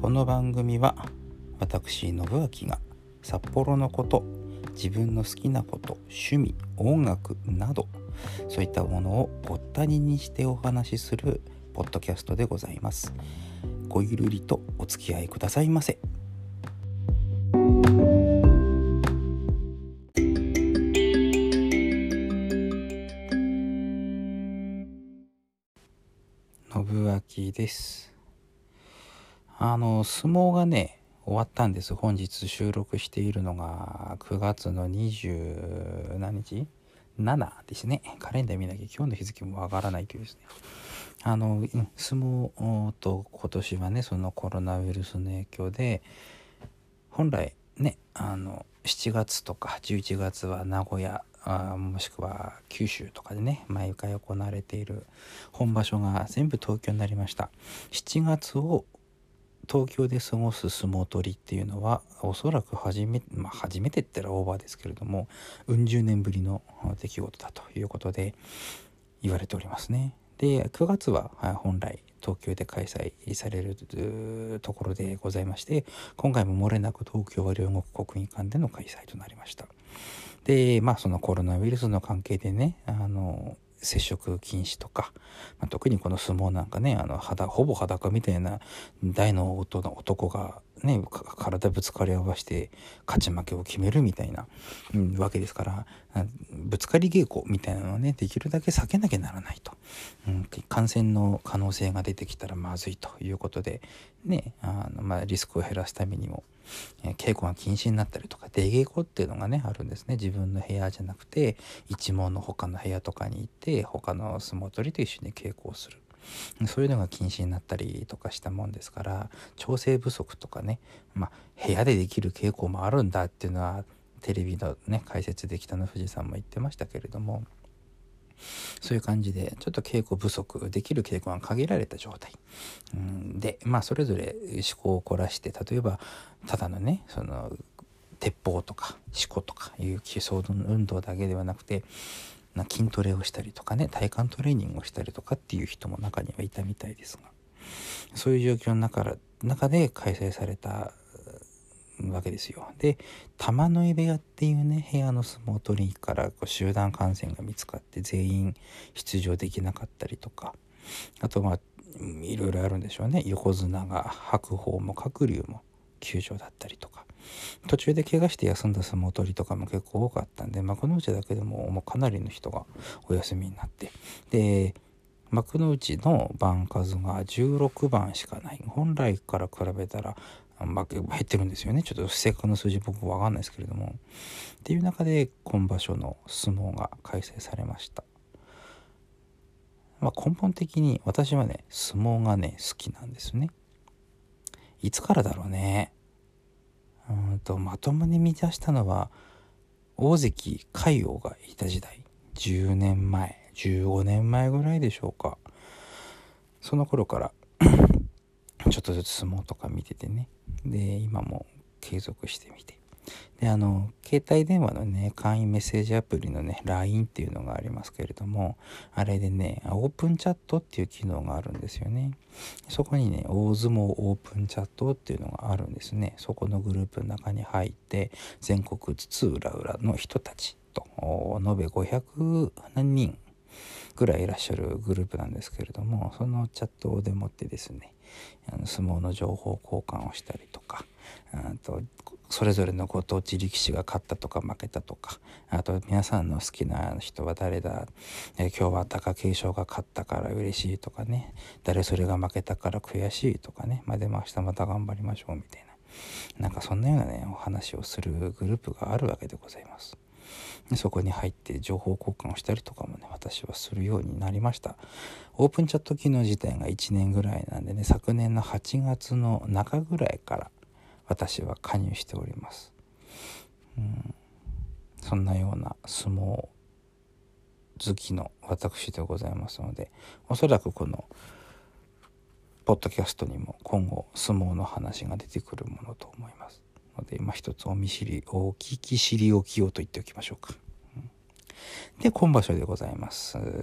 この番組は私信明が札幌のこと、自分の好きなこと、趣味、音楽などそういったものをぽったりにしてお話しするポッドキャストでございます。ごゆるりとお付き合いくださいませ。信明です。相撲がね終わったんです。本日収録しているのが9月の20何日7ですね。カレンダー見なきゃ今日の日付もわからないというですね。相撲と今年はねそのコロナウイルスの影響で本来ね7月とか11月は名古屋もしくは九州とかでね毎回行われている本場所が全部東京になりました。7月を東京で過ごす相撲取りっていうのはおそらく初めてって言ったらオーバーですけれども10年ぶりの出来事だということで言われておりますね。で9月は本来東京で開催されるところでございまして、今回も漏れなく東京は両国国技館での開催となりました。でそのコロナウイルスの関係でね接触禁止とか、特にこの相撲なんかねほぼ裸みたいな大の男がね体ぶつかり合わせて勝ち負けを決めるみたいな、わけですから、ぶつかり稽古みたいなのをねできるだけ避けなきゃならないと、感染の可能性が出てきたらまずいということでねリスクを減らすためにも稽古が禁止になったりとか出稽古っていうのがねあるんですね。自分の部屋じゃなくて一門の他の部屋とかに行って他の相撲取りと一緒に稽古をする、そういうのが禁止になったりとかしたもんですから調整不足とかね、部屋でできる稽古もあるんだっていうのはテレビのね解説で北野富士さんも言ってましたけれども、そういう感じでちょっと稽古不足できる稽古が限られた状態、でそれぞれ思考を凝らして例えばただのねその鉄砲とか四股とかいう基礎運動だけではなくて筋トレをしたりとかね体幹トレーニングをしたりとかっていう人も中にはいたみたいですが、そういう状況の中で開催されたわけですよ。で玉ノ井部屋っていうね部屋の相撲取りから集団感染が見つかって全員出場できなかったりとか、あといろいろあるんでしょうね。横綱が白鵬も鶴竜も休場だったりとか、途中で怪我して休んだ相撲取りとかも結構多かったんで幕内だけでもかなりの人がお休みになって、で幕内の番数が16番しかない。本来から比べたら減ってるんですよね。ちょっと正確な数字僕分かんないですけれども、っていう中で今場所の相撲が開催されました。根本的に私はね相撲がね好きなんですね。いつからだろうね。まともに見出したのは大関魁皇がいた時代、10年前15年前ぐらいでしょうか。その頃からちょっとずつ相撲とか見ててね、で今も継続してみて、で携帯電話のね簡易メッセージアプリのね LINE っていうのがありますけれども、あれでねオープンチャットっていう機能があるんですよね。そこにね大相撲オープンチャットっていうのがあるんですね。そこのグループの中に入って全国津々浦々の人たちと延べ500何人ぐらいいらっしゃるグループなんですけれども、そのチャットでもってですね相撲の情報交換をしたりとか、それぞれのご当地力士が勝ったとか負けたとか、あと皆さんの好きな人は誰だ、今日は貴景勝が勝ったから嬉しいとかね、誰それが負けたから悔しいとかね、でも明日また頑張りましょうみたいな、そんなようなねお話をするグループがあるわけでございます。そこに入って情報交換をしたりとかもね私はするようになりました。オープンチャット機能自体が1年ぐらいなんでね、昨年の8月の中ぐらいから私は加入しております。そんなような相撲好きの私でございますので、おそらくこのポッドキャストにも今後相撲の話が出てくるものと思いますので、一つお聞き知りおきをと言っておきましょうか。で今場所でございます。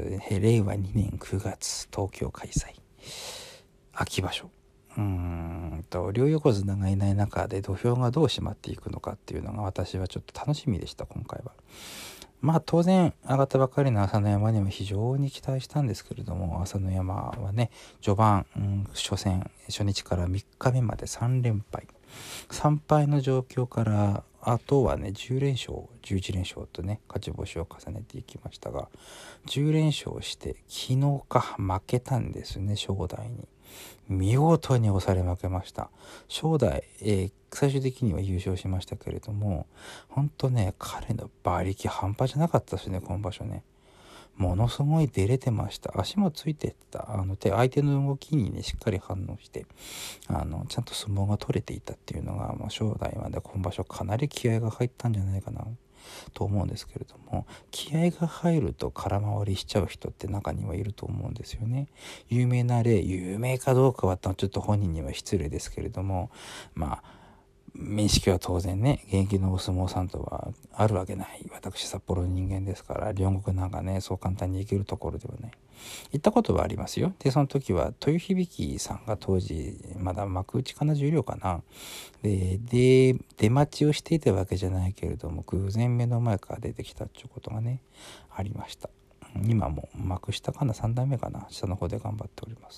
令和2年9月東京開催秋場所。 両横綱がいない中で土俵がどう締まっていくのかっていうのが私はちょっと楽しみでした、今回は。当然上がったばかりの朝乃山にも非常に期待したんですけれども、朝乃山はね序盤、初日から3日目まで3連敗3敗の状況から、あとはね10連勝11連勝とね勝ち星を重ねていきましたが、10連勝して昨日負けたんですね、正代に。見事に押され負けました。正代、最終的には優勝しましたけれども、本当ね彼の馬力半端じゃなかったですね、今場所ね。ものすごい出れてました。足もついてた。相手の動きにねしっかり反応してちゃんと相撲が取れていたっていうのが、正代はね今場所かなり気合が入ったんじゃないかなと思うんですけれども、気合が入ると空回りしちゃう人って中にはいると思うんですよね。有名な例、有名かどうかはちょっと本人には失礼ですけれども、面識は当然ね現役のお相撲さんとはあるわけない。私札幌の人間ですから、両国なんかねそう簡単に行けるところではない。行ったことはありますよ。でその時は豊響さんが当時まだ幕内かな、十両かなで出待ちをしていたわけじゃないけれども、偶然目の前から出てきたっていうことがねありました。今も幕下かな、3代目かな、下の方で頑張っております。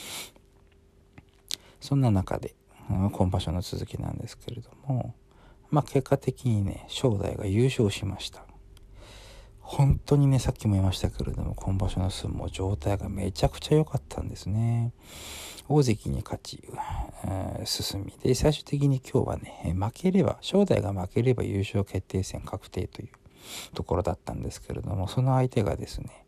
そんな中で今場所の続きなんですけれども、結果的にね正代が優勝しました。本当にねさっきも言いましたけれども、今場所の相撲状態がめちゃくちゃ良かったんですね。大関に勝ち、進みで、最終的に今日はね正代が負ければ優勝決定戦確定というところだったんですけれども、その相手がですね、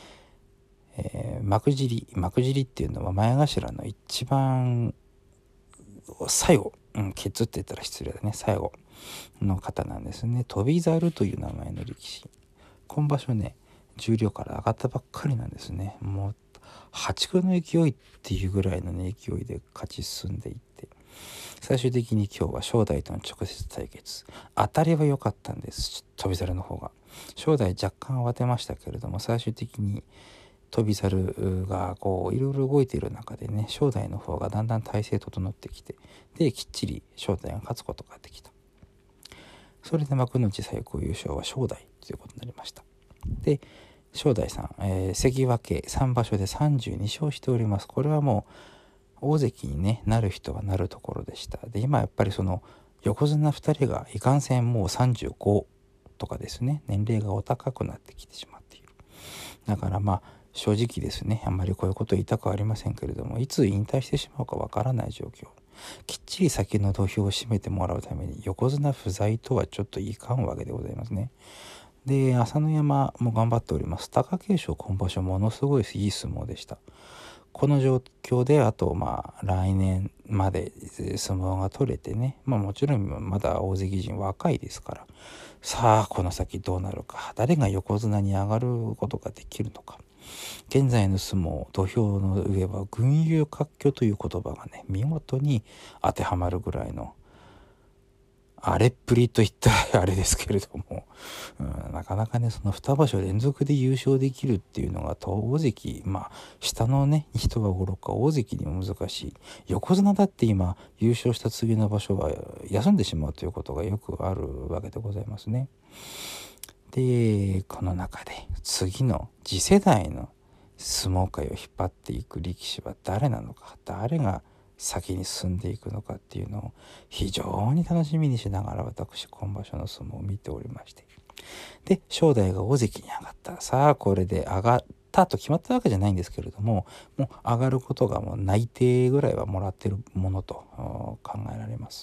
幕尻っていうのは前頭の一番最後、ケツって言ったら失礼だね、最後の方なんですね。翔猿という名前の力士、今場所ね十両から上がったばっかりなんですね。もう破竹の勢いっていうぐらいのね勢いで勝ち進んでいって、最終的に今日は正代との直接対決、当たりは良かったんです、翔猿の方が。正代若干慌てましたけれども、最終的に翔猿がこういろいろ動いている中でね、正代の方がだんだん体勢整ってきて、できっちり正代が勝つことができた。それで幕内最高優勝は正代ということになりました。で正代さん、関脇3場所で32勝しております。これはもう大関に、ね、なる人はなるところでした。で今やっぱりその横綱2人がいかんせんもう35とかですね、年齢がお高くなってきてしまっている。だから正直ですね、あんまりこういうこと言いたくはありませんけれども、いつ引退してしまうかわからない状況、きっちり先の土俵を締めてもらうために横綱不在とはちょっといかんわけでございますね。で朝乃山も頑張っております。貴景勝今場所ものすごいいい相撲でした。この状況であと来年まで相撲が取れてね、もちろんまだ大関陣若いですから、さあこの先どうなるか、誰が横綱に上がることができるのか。現在の相撲土俵の上は群雄割拠という言葉がね見事に当てはまるぐらいのあれっぷりといったらあれですけれども、なかなかねその2場所連続で優勝できるっていうのが大関、下のね人はおろか大関にも難しい。横綱だって今優勝した次の場所は休んでしまうということがよくあるわけでございますね。でこの中で次の次世代の相撲界を引っ張っていく力士は誰なのか、誰が先に進んでいくのかっていうのを非常に楽しみにしながら私今場所の相撲を見ておりまして、で正代が大関に上がった。さあこれで上がったと決まったわけじゃないんですけれども、もう上がることがもう内定ぐらいはもらってるものと考えられます。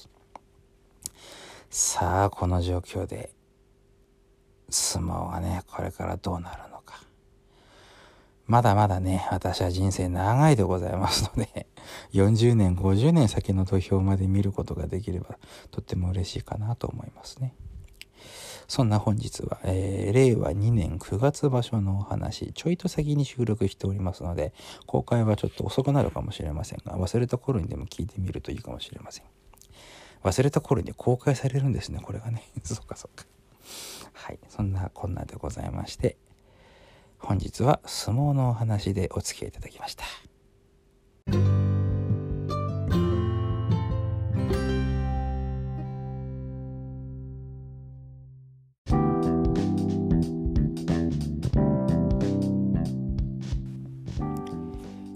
さあこの状況で相撲がねこれからどうなるのか。まだまだね私は人生長いでございますので40年50年先の土俵まで見ることができればとっても嬉しいかなと思いますね。そんな本日は、令和2年9月場所のお話ちょいと先に収録しておりますので、公開はちょっと遅くなるかもしれませんが、忘れた頃にでも聞いてみるといいかもしれません。忘れた頃に公開されるんですね、これがねそうかそうか。はい、そんなこんなでございまして、本日は相撲のお話でお付き合いいただきました。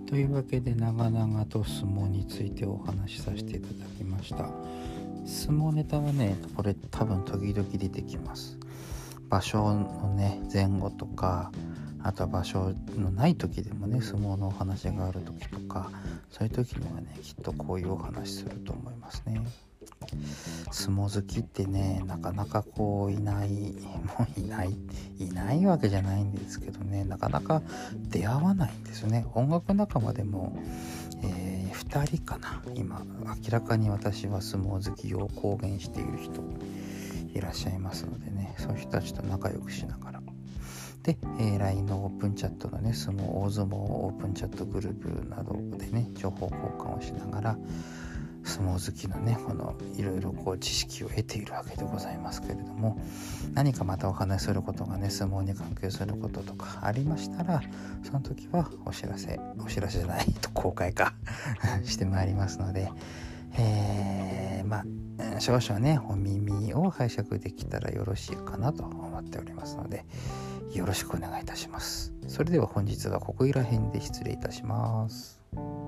というわけで長々と相撲についてお話しさせていただきました。相撲ネタはね、これ多分時々出てきます。場所のね前後とか、あとは場所のない時でもね相撲のお話がある時とか、そういう時にはねきっとこういうお話すると思いますね。相撲好きってねなかなかこういないわけじゃないんですけどね、なかなか出会わないんですよね。音楽仲間でも、2人かな、今明らかに私は相撲好きを公言している人いらっしゃいますのでね、そういう人たちと仲良くしながらで、LINE のオープンチャットのね大相撲オープンチャットグループなどでね情報交換をしながら相撲好きのねいろいろこう知識を得ているわけでございますけれども、何かまたお話しすることがね相撲に関係することとかありましたら、その時はお知らせじゃないと公開化してまいりますので、少々ねお耳を拝借できたらよろしいかなと思っておりますので、よろしくお願いいたします。それでは本日はここいら辺で失礼いたします。